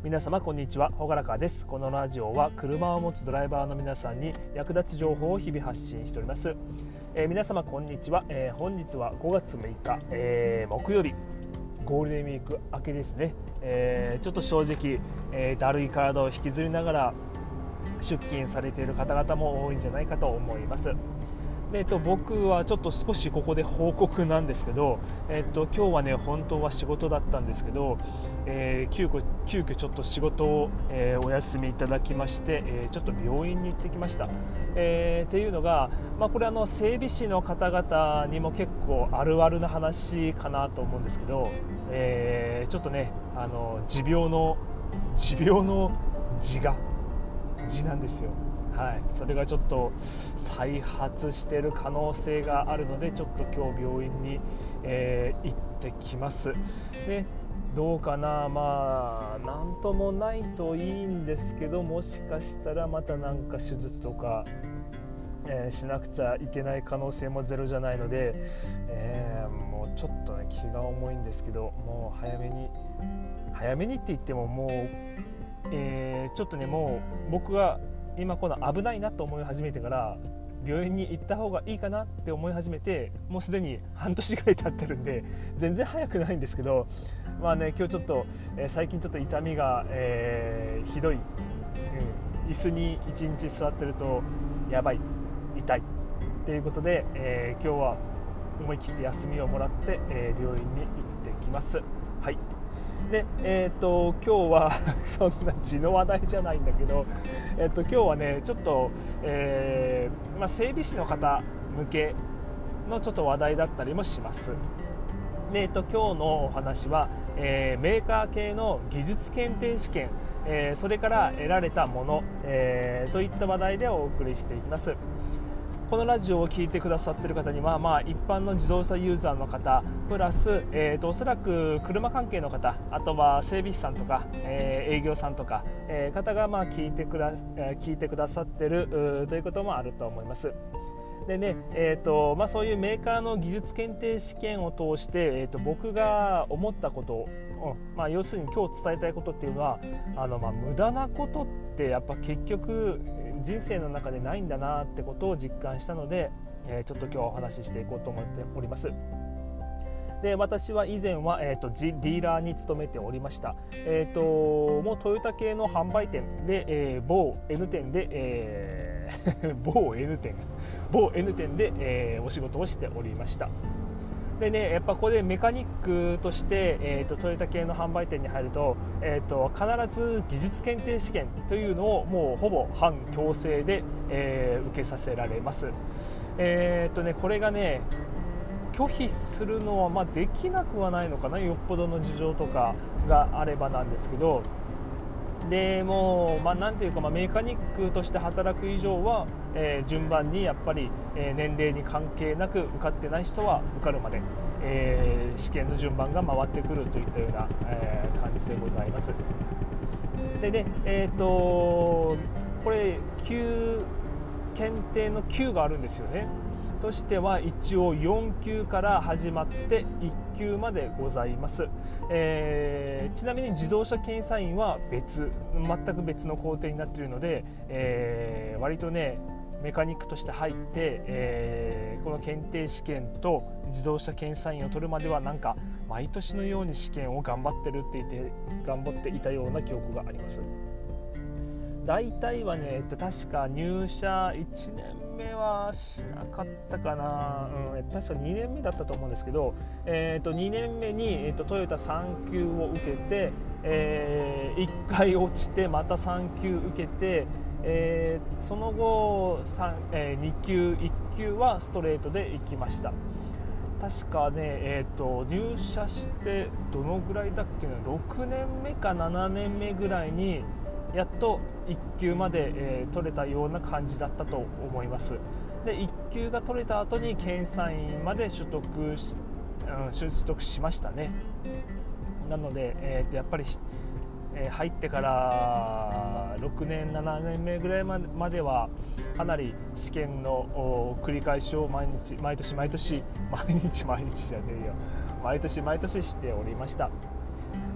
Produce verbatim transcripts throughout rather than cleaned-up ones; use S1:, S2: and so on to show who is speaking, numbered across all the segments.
S1: 皆様こんにちは、ほがらかです。このラジオは車を持つドライバーの皆さんに役立つ情報を日々発信しております。えー、皆様こんにちは、えー、本日はごがつむいか、えー、木曜日、ゴールデンウィーク明けですね。えー、ちょっと正直、えー、だるい体を引きずりながら出勤されている方々も多いんじゃないかと思います。でえっと、僕はちょっと少しここで報告なんですけど、えっと、今日はね本当は仕事だったんですけど、えー、急遽急遽ちょっと仕事を、えー、お休みいただきまして、えー、ちょっと病院に行ってきました。えー、っていうのが、まあ、これあの整備士の方々にも結構あるあるな話かなと思うんですけど、えー、ちょっとねあの持病の持病の痔が痔なんですよ。はい、それがちょっと再発している可能性があるので、ちょっと今日病院に、えー、行ってきます。でどうかな、まあなんともないといいんですけど、もしかしたらまたなんか手術とか、えー、しなくちゃいけない可能性もゼロじゃないので、えー、もうちょっとね気が重いんですけど、もう早めに早めにって言ってももう、えー、ちょっとねもう僕が今この危ないなと思い始めてから病院に行った方がいいかなって思い始めて、もうすでに半年ぐらい経ってるんで全然早くないんですけど、まあね今日ちょっと、えー、最近ちょっと痛みが、えー、ひどい、うん、椅子にいちにち座ってるとやばい、痛いっていうことで、えー、今日は思い切って休みをもらって、えー、病院に行ってきます。はい。でえー、と今日はそんな血の話題じゃないんだけど、えー、と今日はねちょっと、えーまあ、整備士の方向けのちょっと話題だったりもします。で、えー、と今日のお話は、えー、メーカー系の技術検定試験、えー、それから得られたもの、えー、といった話題でお送りしていきます。このラジオを聞いてくださっている方には、まあ、一般の自動車ユーザーの方プラス、えー、とおそらく車関係の方、あとは整備士さんとか、えー、営業さんとか、えー、方がまあ聞いてくだ、えー、聞いてくださっているということもあると思います。でねえーとまあ、そういうメーカーの技術検定試験を通して、えー、と僕が思ったこと、うんまあ、要するに今日伝えたいことっていうのは、あの、まあ、無駄なことってやっぱ結局人生の中でないんだなってことを実感したので、えー、ちょっと今日はお話ししていこうと思っております。で私は以前は、えーと、ディーラーに勤めておりました。えーと、もうトヨタ系の販売店で、えー、某 N 店で、えー、某 N 店某 N 店で、えー、お仕事をしておりました。でね、やっぱここでメカニックとして、えーと、トヨタ系の販売店に入ると、えーと、必ず技術検定試験というのをもうほぼ半強制で、えー、受けさせられます。えーとね、これがね拒否するのはまあできなくはないのかな、よっぽどの事情とかがあればなんですけど、でもう、まあ、なんていうか、まあ、メカニックとして働く以上は、えー、順番にやっぱり、えー、年齢に関係なく受かってない人は受かるまで、えー、試験の順番が回ってくるといったような、えー、感じでございます。でねえー、とこれ級検定の級があるんですよね。としては一応よん級から始まっていっ級までございます。えー、ちなみに自動車検査員は別全く別の工程になっているので、えー、割とねメカニックとして入って、えー、この検定試験と自動車検査員を取るまではなんか毎年のように試験を頑張ってるって言って頑張っていたような記憶があります。大体はね、えっと、確か入社いちねんめはしなかったかな、うん、確かにねんめだったと思うんですけど、えー、とにねんめに、えー、とトヨタさん級を受けて、えー、いっかい落ちてまたさん級受けて、えー、その後さん、えー、に級いっ級はストレートで行きました。確かね、えー、と入社してどのぐらいだっけな、ろくねんめかななねんめぐらいにやっといっ級まで、えー、取れたような感じだったと思います。でいっ級が取れた後に検査員まで取得し、うん、取得しましたね。なので、えー、とやっぱり、えー、入ってからろくねんななねんめぐらいまではかなり試験の繰り返しを毎日毎年毎年毎日毎日じゃねえよ毎年毎年しておりました。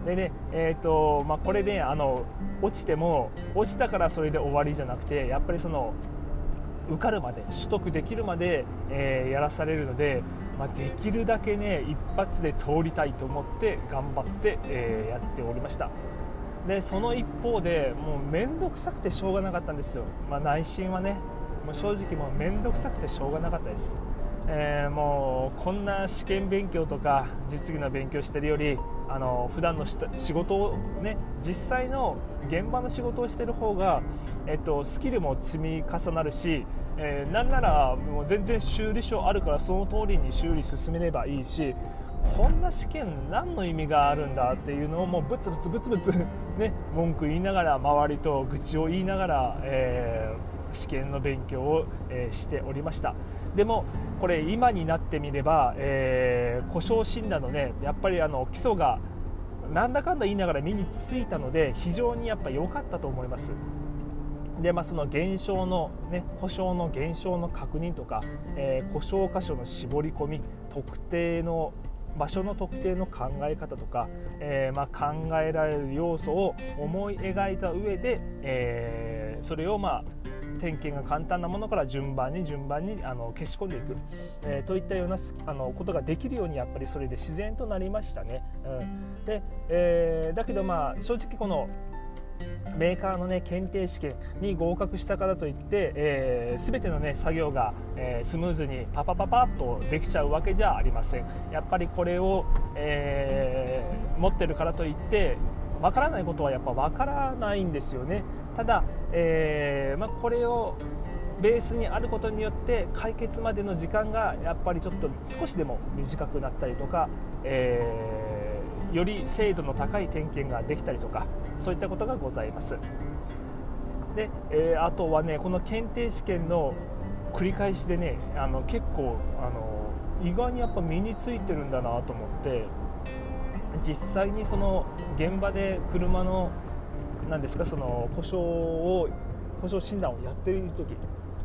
S1: でね、えーとまあ、これで、ね、あの落ちても落ちたからそれで終わりじゃなくて、やっぱりその受かるまで取得できるまで、えー、やらされるので、まあ、できるだけね一発で通りたいと思って頑張って、えー、やっておりました。でその一方でもう面倒くさくてしょうがなかったんですよ。まあ、内心はねもう正直もう面倒くさくてしょうがなかったです。えー、もうこんな試験勉強とか実技の勉強してるより、あの普段の仕事をね、実際の現場の仕事をしてる方が、えっと、スキルも積み重なるし、えー、なんならもう全然修理書あるからその通りに修理進めればいいし、こんな試験何の意味があるんだっていうのをもうブツブツブツブツね文句言いながら、周りと愚痴を言いながら、えー、試験の勉強を、えー、しておりました。でもこれ今になってみれば、えー、故障診断のねやっぱりあの基礎がなんだかんだ言いながら身についたので、非常にやっぱ良かったと思います。で、まあ、その現象の、ね、故障の現象の確認とか、えー、故障箇所の絞り込み、特定の場所の特定の考え方とか、えーまあ、考えられる要素を思い描いた上で、えー、それをまあ点検が簡単なものから順番に順番にあの消し込んでいく、えー、といったようなあのことができるようにやっぱりそれで自然となりましたね。うん、で、えー、だけどまあ正直このメーカーの、ね、検定試験に合格したからといって、えー、全ての、ね、作業が、えー、スムーズにパパパパッとできちゃうわけじゃありません。やっぱりこれを、えー、持ってるからといってわからないことはやっぱわからないんですよね。ただ、えーまあ、これをベースにあることによって解決までの時間がやっぱりちょっと少しでも短くなったりとか、えー、より精度の高い点検ができたりとか、そういったことがございます。で、えー、あとはねこの検定試験の繰り返しでね、あの結構あの意外にやっぱ身についてるんだなと思って、実際にその現場で車の何ですかその故障を故障診断をやっている時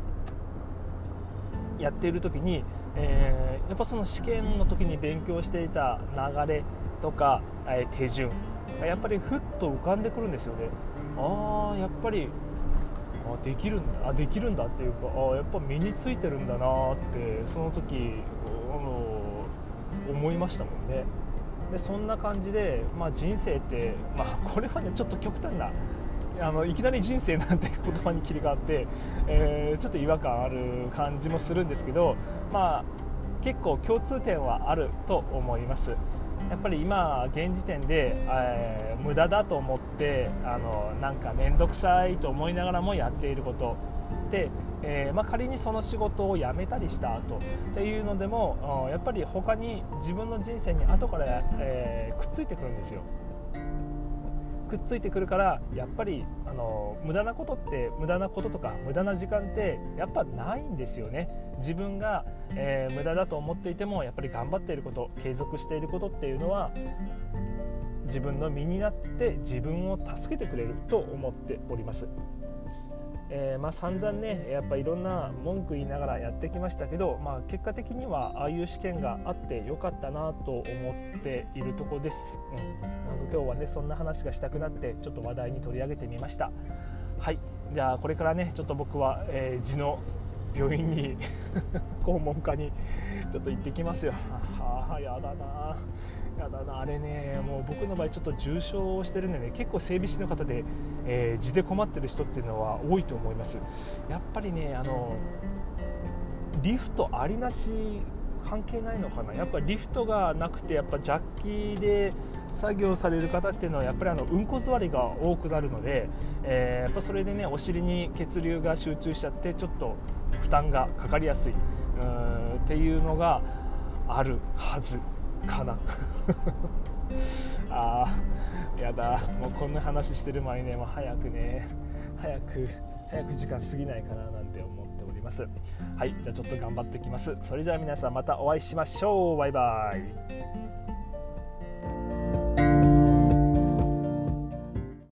S1: やっている時に、えー、やっぱその試験の時に勉強していた流れとか、えー、手順がやっぱりふっと浮かんでくるんですよね。ああやっぱりあできるんだあできるんだっていうか、あやっぱ身についてるんだなってその時あの思いましたもんね。でそんな感じで、まあ、人生って、まあ、これはねちょっと極端なあのいきなり人生なんて言葉に切り替わって、えー、ちょっと違和感ある感じもするんですけど、まあ、結構共通点はあると思います。やっぱり今現時点で、えー、無駄だと思ってあのなんか面倒くさいと思いながらもやっていることで、えーまあ、仮にその仕事を辞めたりした後っていうのでもやっぱり他に自分の人生に後から、えー、くっついてくるんですよ。くっついてくるからやっぱりあの無駄なことって無駄なこととか無駄な時間ってやっぱないんですよね。自分が、えー、無駄だと思っていてもやっぱり頑張っていること継続していることっていうのは自分の身になって自分を助けてくれると思っております。えーまあ、散々ねやっぱいろんな文句言いながらやってきましたけど、まあ、結果的にはああいう試験があってよかったなと思っているところです、うん、なんか今日はねそんな話がしたくなってちょっと話題に取り上げてみました。はい、じゃあこれからねちょっと僕は、えー、痔の病院に肛門科にちょっと行ってきますよ。はあ、やだなやだなあれね、もう僕の場合ちょっと重症してるんでね、結構整備士の方で、えー、痔で困ってる人っていうのは多いと思います。やっぱりねあのリフトありなし関係ないのかな。やっぱりリフトがなくてやっぱジャッキで作業される方っていうのはやっぱりあのうんこ座りが多くなるので、えー、やっぱそれでねお尻に血流が集中しちゃってちょっと負担がかかりやすい、うーんっていうのがあるはずかなあーやだ、もうこんな話してる前にねもう早くね早く早く時間過ぎないかななんて思っております。はい、じゃあちょっと頑張ってきます。それじゃあ皆さんまたお会いしましょう。バイバイ。